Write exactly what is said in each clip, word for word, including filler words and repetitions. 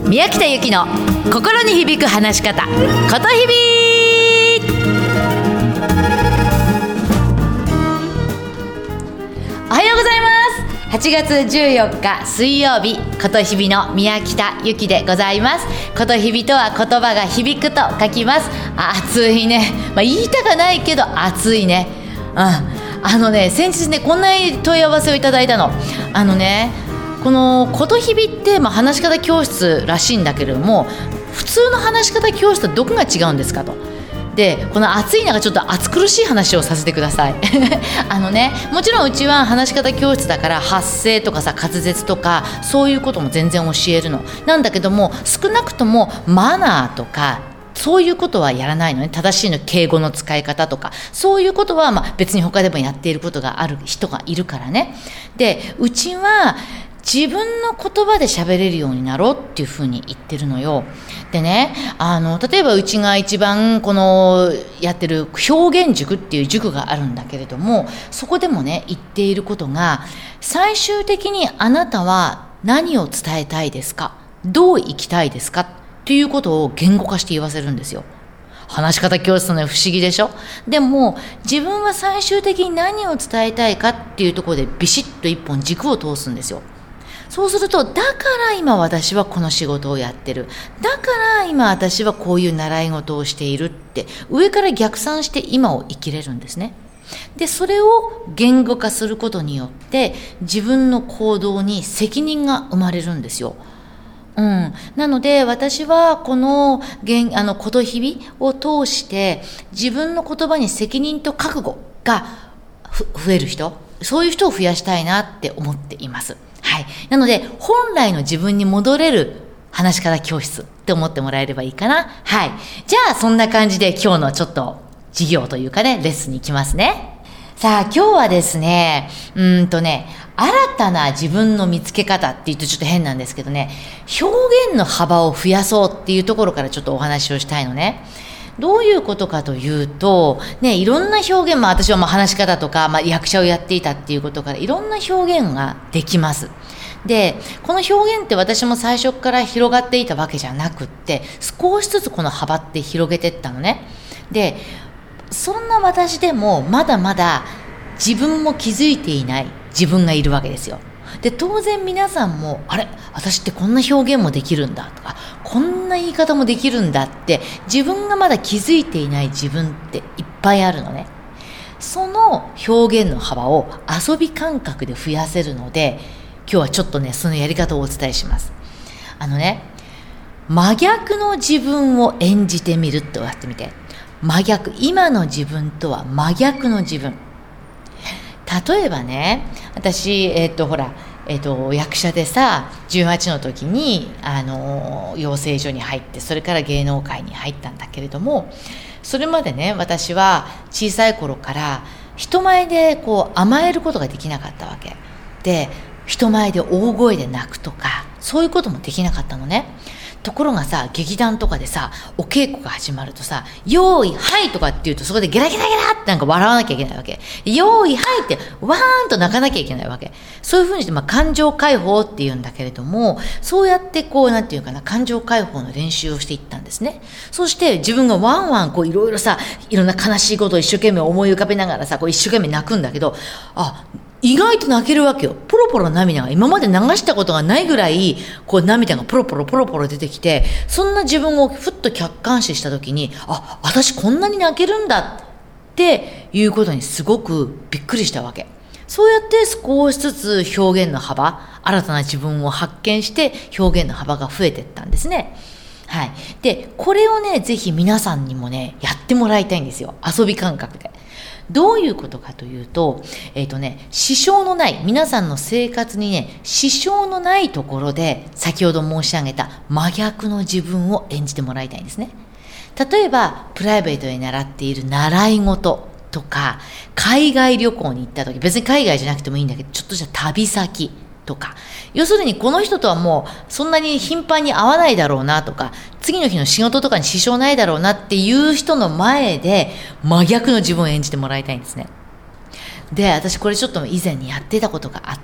宮北由紀の心に響く話し方、ことひび。おはようございます。はちがつじゅうよっか水曜日、ことひびの宮北由紀でございます。ことひびとは言葉が響くと書きます。暑いね、まあ、言いたかないけど暑いね。うん、あのね先日ねこんな問い合わせをいただいたの。あのねこのことひびって、まあ、話し方教室らしいんだけれども、普通の話し方教室とどこが違うんですかと。でこの暑い中ちょっと暑苦しい話をさせてくださいあのねもちろんうちは話し方教室だから発声とかさ滑舌とかそういうことも全然教えるのなんだけども、少なくともマナーとかそういうことはやらないのね。正しいの敬語の使い方とかそういうことはまあ別に他でもやっていることがある人がいるからね。でうちは自分の言葉で喋れるようになろうっていうふうに言ってるのよ。でね、あの例えばうちが一番このやってる表現塾っていう塾があるんだけれども、そこでもね言っていることが、最終的にあなたは何を伝えたいですか、どう生きたいですかっていうことを言語化して言わせるんですよ。話し方教室のね不思議でしょ。でも自分は最終的に何を伝えたいかっていうところでビシッと一本軸を通すんですよ。そうすると、だから今私はこの仕事をやってる、だから今私はこういう習い事をしているって上から逆算して今を生きれるんですね。でそれを言語化することによって自分の行動に責任が生まれるんですよ。うん、なので私はこのあのことひびを通して自分の言葉に責任と覚悟が増える人、そういう人を増やしたいなって思っています。はい、なので本来の自分に戻れる話し方教室って思ってもらえればいいかな。はい、じゃあそんな感じで今日のちょっと授業というかねレッスンに行きますね。さあ今日はですねうーんとね新たな自分の見つけ方って言うとちょっと変なんですけどね、表現の幅を増やそうっていうところからちょっとお話をしたいのね。どういうことかというと、ね、いろんな表現、まあ私はまあ話し方とか、まあ、役者をやっていたっていうことからいろんな表現ができます。で、この表現って私も最初から広がっていたわけじゃなくって、少しずつこの幅って広げていったのね。で、そんな私でもまだまだ自分も気づいていない自分がいるわけですよ。で当然皆さんもあれ私ってこんな表現もできるんだとかこんな言い方もできるんだって自分がまだ気づいていない自分っていっぱいあるのね。その表現の幅を遊び感覚で増やせるので今日はちょっとねそのやり方をお伝えします。あのね真逆の自分を演じてみるってやってみて。真逆、今の自分とは真逆の自分。例えばね私えっ、ー、とほらえー、と役者でさじゅうはちの時にあの養成所に入ってそれから芸能界に入ったんだけれども、それまでね私は小さい頃から人前でこう甘えることができなかったわけで、人前で大声で泣くとかそういうこともできなかったのね。ところがさ劇団とかでさお稽古が始まるとさよーいはいとかって言うとそこでゲラゲラゲラってなんか笑わなきゃいけないわけ。よーいはいってわーんと泣かなきゃいけないわけ。そういうふうにして、まあ、感情解放っていうんだけれども、そうやってこうなんていうかな感情解放の練習をしていったんですね。そして自分がワンワンこういろいろさいろんな悲しいことを一生懸命思い浮かべながらさこう一生懸命泣くんだけど、あ意外と泣けるわけよ。ポロポロ涙が今まで流したことがないぐらいこう涙がポロポロポロポロ出てきて、そんな自分をふっと客観視した時にあ私こんなに泣けるんだっていうことにすごくびっくりしたわけ。そうやって少しずつ表現の幅、新たな自分を発見して表現の幅が増えていったんですね。はい。でこれをねぜひ皆さんにもねやってもらいたいんですよ。遊び感覚で。どういうことかというと、えっとね、支障のない、皆さんの生活にね、支障のないところで、先ほど申し上げた真逆の自分を演じてもらいたいんですね。例えば、プライベートで習っている習い事とか、海外旅行に行った時、別に海外じゃなくてもいいんだけど、ちょっとじゃ旅先とか、要するにこの人とはもうそんなに頻繁に会わないだろうなとか、次の日の仕事とかに支障ないだろうなっていう人の前で真逆の自分を演じてもらいたいんですね。 で、私これちょっと以前にやってたことがあって、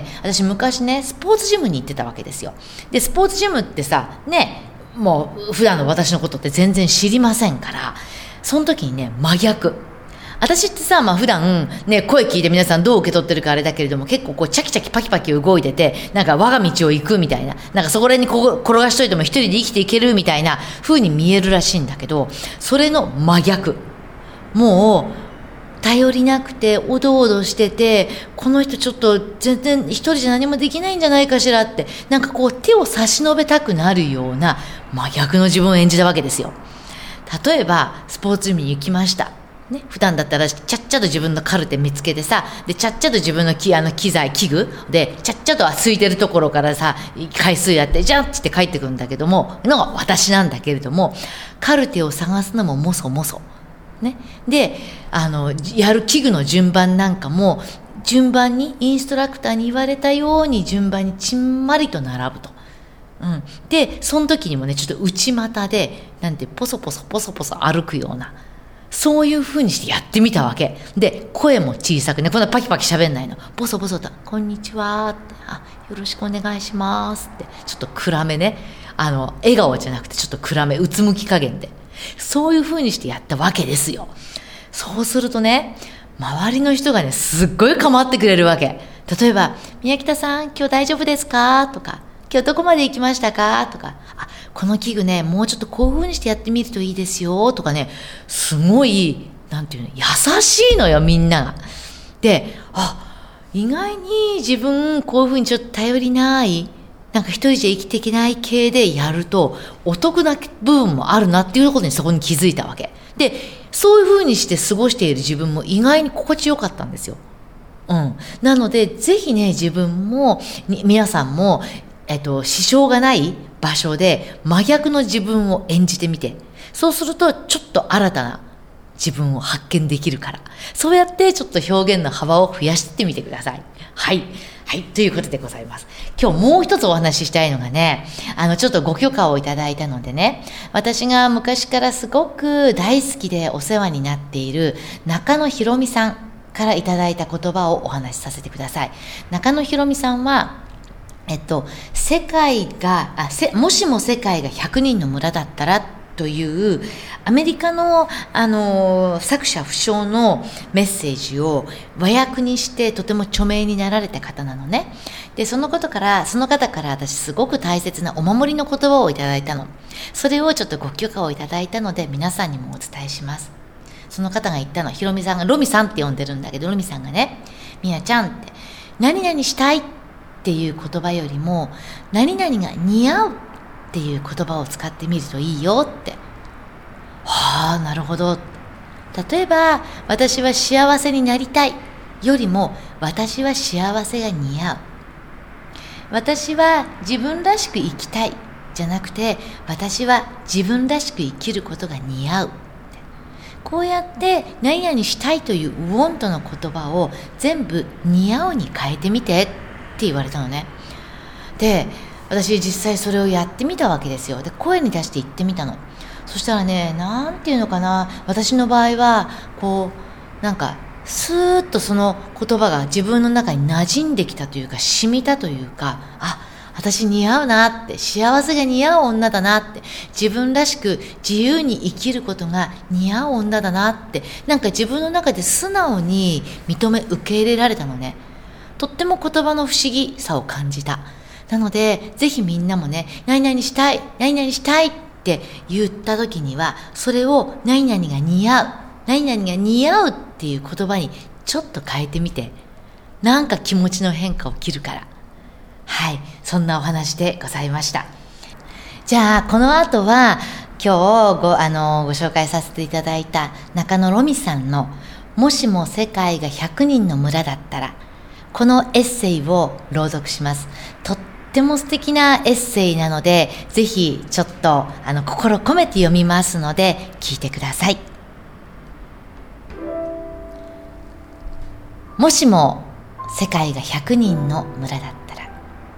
私昔ねスポーツジムに行ってたわけですよ。でスポーツジムってさね、もう普段の私のことって全然知りませんから、その時にね真逆、私ってさ、まあ普段ね声聞いて皆さんどう受け取ってるかあれだけれども、結構こうチャキチャキパキパキ動いてて、なんか我が道を行くみたいな、なんかそこら辺にここ転がしといても一人で生きていけるみたいな風に見えるらしいんだけど、それの真逆、もう頼りなくておどおどしてて、この人ちょっと全然一人じゃ何もできないんじゃないかしらって、なんかこう手を差し伸べたくなるような真逆の自分を演じたわけですよ。例えばスポーツジムに行きました、ね、普段だったらちゃっちゃと自分のカルテ見つけてさ、でちゃっちゃと自分のきあの機材器具でちゃっちゃと空いてるところからさ回数やってジャンって帰ってくるんだけども、のが私なんだけれども、カルテを探すのももそもそね、であのやる器具の順番なんかも順番にインストラクターに言われたように順番にちんまりと並ぶと、うん、でその時にもねちょっと内股でなんてポソポソポソポソ歩くような、そういう風にしてやってみたわけで、声も小さくね、こんなパキパキ喋んないの、ボソボソとこんにちはって、あよろしくお願いしますって、ちょっと暗めね、あの笑顔じゃなくてちょっと暗めうつむき加減で、そういう風にしてやったわけですよ。そうするとね、周りの人がねすっごい構ってくれるわけ。例えば宮北さん今日大丈夫ですかとか、今日どこまで行きましたかとか、あこの器具ねもうちょっとこういう風にしてやってみるといいですよとかね、すごいなんていうの優しいのよみんなが。で、あ意外に自分こういう風にちょっと頼りないなんか一人じゃ生きていけない系でやるとお得な部分もあるなっていうことにそこに気づいたわけで、そういう風にして過ごしている自分も意外に心地よかったんですよ。うん、なのでぜひね自分も皆さんも、えっと、支障がない場所で真逆の自分を演じてみて、そうするとちょっと新たな自分を発見できるから、そうやってちょっと表現の幅を増やしてみてください。はいはい、ということでございます。今日もう一つお話ししたいのがね、あのちょっとご許可をいただいたのでね、私が昔からすごく大好きでお世話になっている中野ひろみさんからいただいた言葉をお話しさせてください。中野ひろみさんはえっと世界があせもしも世界がひゃくにんの村だったらというアメリカの、あの作者不詳のメッセージを和訳にしてとても著名になられた方なのね。でそのことからその方から私すごく大切なお守りの言葉をいただいたの。それをちょっとご許可をいただいたので皆さんにもお伝えします。その方が言ったの、ひろみさんがロミさんって呼んでるんだけど、ロミさんがね、みやちゃんって何々したいっていう言葉よりも何々が似合うっていう言葉を使ってみるといいよって。はあ、なるほど。例えば私は幸せになりたいよりも私は幸せが似合う、私は自分らしく生きたいじゃなくて私は自分らしく生きることが似合う、こうやって何々したいというウォントの言葉を全部似合うに変えてみてって言われたのね。で私実際それをやってみたわけですよ。で声に出して言ってみたの。そしたらね、なんていうのかな、私の場合はこうなんかスーッとその言葉が自分の中に馴染んできたというか染みたというか、あ、私似合うなって、幸せが似合う女だなって、自分らしく自由に生きることが似合う女だなって、なんか自分の中で素直に認め受け入れられたのね。とっても言葉の不思議さを感じた。なのでぜひみんなもね、何々したい何々したいって言った時にはそれを何々が似合う何々が似合うっていう言葉にちょっと変えてみて、なんか気持ちの変化を切るから。はい、そんなお話でございました。じゃあこの後は今日 ご, あのご紹介させていただいた中野ロミさんのもしも世界がひゃくにんの村だったら、このエッセイを朗読します。とっても素敵なエッセイなので、ぜひちょっとあの心込めて読みますので聞いてください。もしも世界がひゃくにんの村だったら、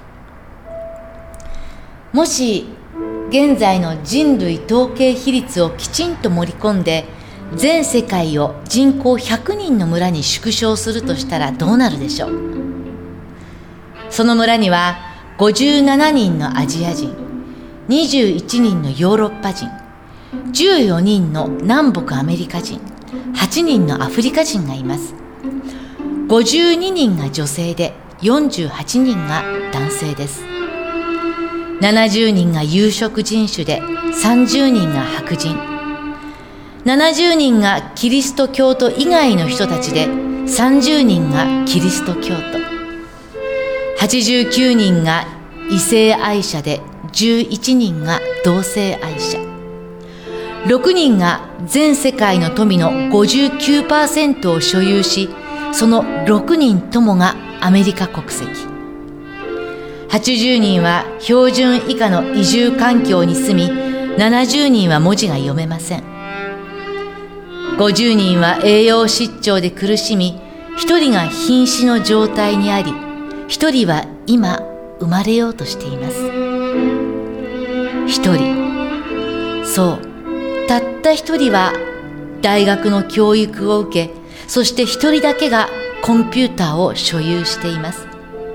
もし現在の人類統計比率をきちんと盛り込んで全世界を人口ひゃくにんの村に縮小するとしたらどうなるでしょう。その村にはごじゅうななにんのアジア人、にじゅういちにんのヨーロッパ人、じゅうよにんの南北アメリカ人、はちにんのアフリカ人がいます。ごじゅうににんが女性でよんじゅうはちにんが男性です。ななじゅうにんが有色人種でさんじゅうにんが白人、ななじゅうにんがキリスト教徒以外の人たちでさんじゅうにんがキリスト教徒、はちじゅうきゅうにんが異性愛者でじゅういちにんが同性愛者、ろくにんが全世界の富の ごじゅうきゅうパーセント を所有し、そのろくにんともがアメリカ国籍、はちじゅうにんは標準以下の移住環境に住み、ななじゅうにんは文字が読めません。ごじゅうにんは栄養失調で苦しみ、ひとりが瀕死の状態にあり、ひとりは今生まれようとしています。ひとり、そう、たったひとりは大学の教育を受け、そしてひとりだけがコンピューターを所有しています。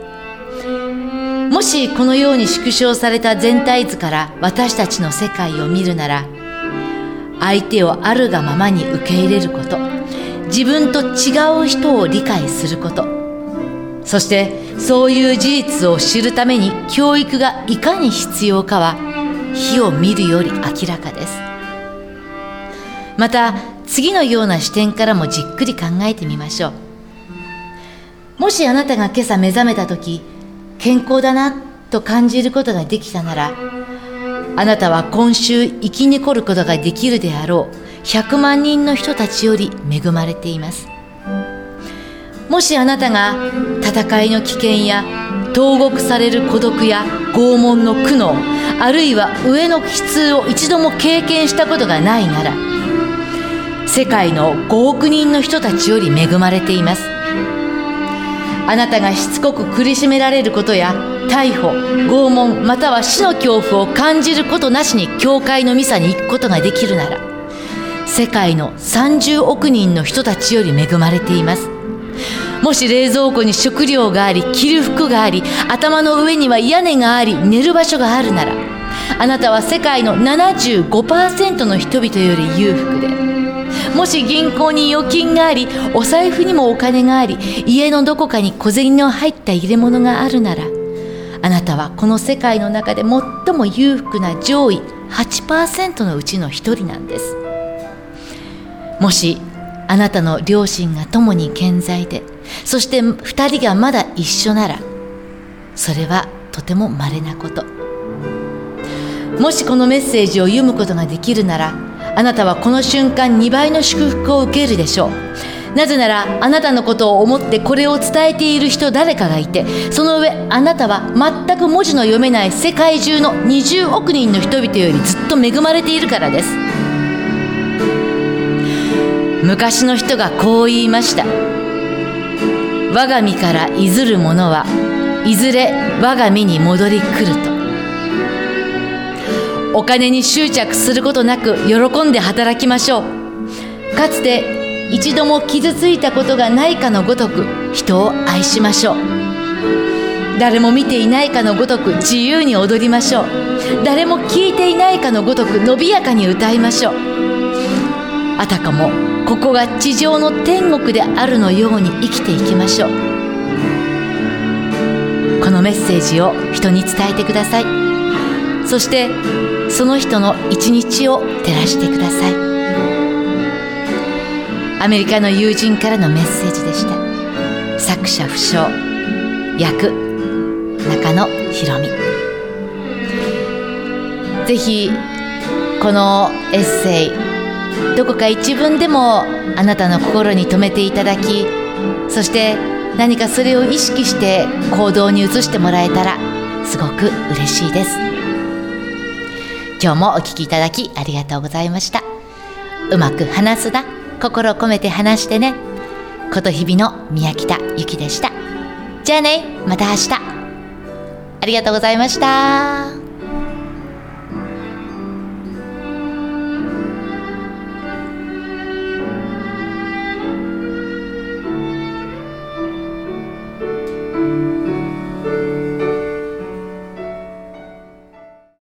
もしこのように縮小された全体図から私たちの世界を見るなら、相手をあるがままに受け入れること、自分と違う人を理解すること、そしてそういう事実を知るために教育がいかに必要かは火を見るより明らかです。また次のような視点からもじっくり考えてみましょう。もしあなたが今朝目覚めた時、健康だなと感じることができたなら、あなたは今週生き残ることができるであろうひゃくまんにんの人たちより恵まれています。もしあなたが戦いの危険や投獄される孤独や拷問の苦悩、あるいは飢えの悲痛を一度も経験したことがないなら、世界のごおくにんの人たちより恵まれています。あなたがしつこく苦しめられることや逮捕、拷問または死の恐怖を感じることなしに教会のミサに行くことができるなら、世界のさんじゅうおくにんの人たちより恵まれています。もし冷蔵庫に食料があり、着る服があり、頭の上には屋根があり、寝る場所があるなら、あなたは世界の ななじゅうごパーセント の人々より裕福で、もし銀行に預金があり、お財布にもお金があり、家のどこかに小銭の入った入れ物があるなら、あなたはこの世界の中で最も裕福な上位 はちパーセント のうちの一人なんです。もしあなたの両親が共に健在で、そして二人がまだ一緒なら、それはとても稀なこと。もしこのメッセージを読むことができるなら、あなたはこの瞬間にばいの祝福を受けるでしょう。なぜならあなたのことを思ってこれを伝えている人誰かがいて、その上あなたは全く文字の読めない世界中のにじゅうおくにんの人々よりずっと恵まれているからです。昔の人がこう言いました。我が身からいずるものはいずれ我が身に戻り来ると。お金に執着することなく喜んで働きましょう。かつて一度も傷ついたことがないかのごとく人を愛しましょう。誰も見ていないかのごとく自由に踊りましょう。誰も聞いていないかのごとく伸びやかに歌いましょう。あたかもここが地上の天国であるのように生きていきましょう。このメッセージを人に伝えてください。そしてその人の一日を照らしてください。アメリカの友人からのメッセージでした。作者不詳、訳中野博美。ぜひこのエッセイ、どこか一文でもあなたの心に留めていただき、そして何かそれを意識して行動に移してもらえたらすごく嬉しいです。今日もお聞きいただきありがとうございました。うまく話すな、心を込めて話してね。ことひびの宮北ゆきでした。じゃあね、また明日。ありがとうございました。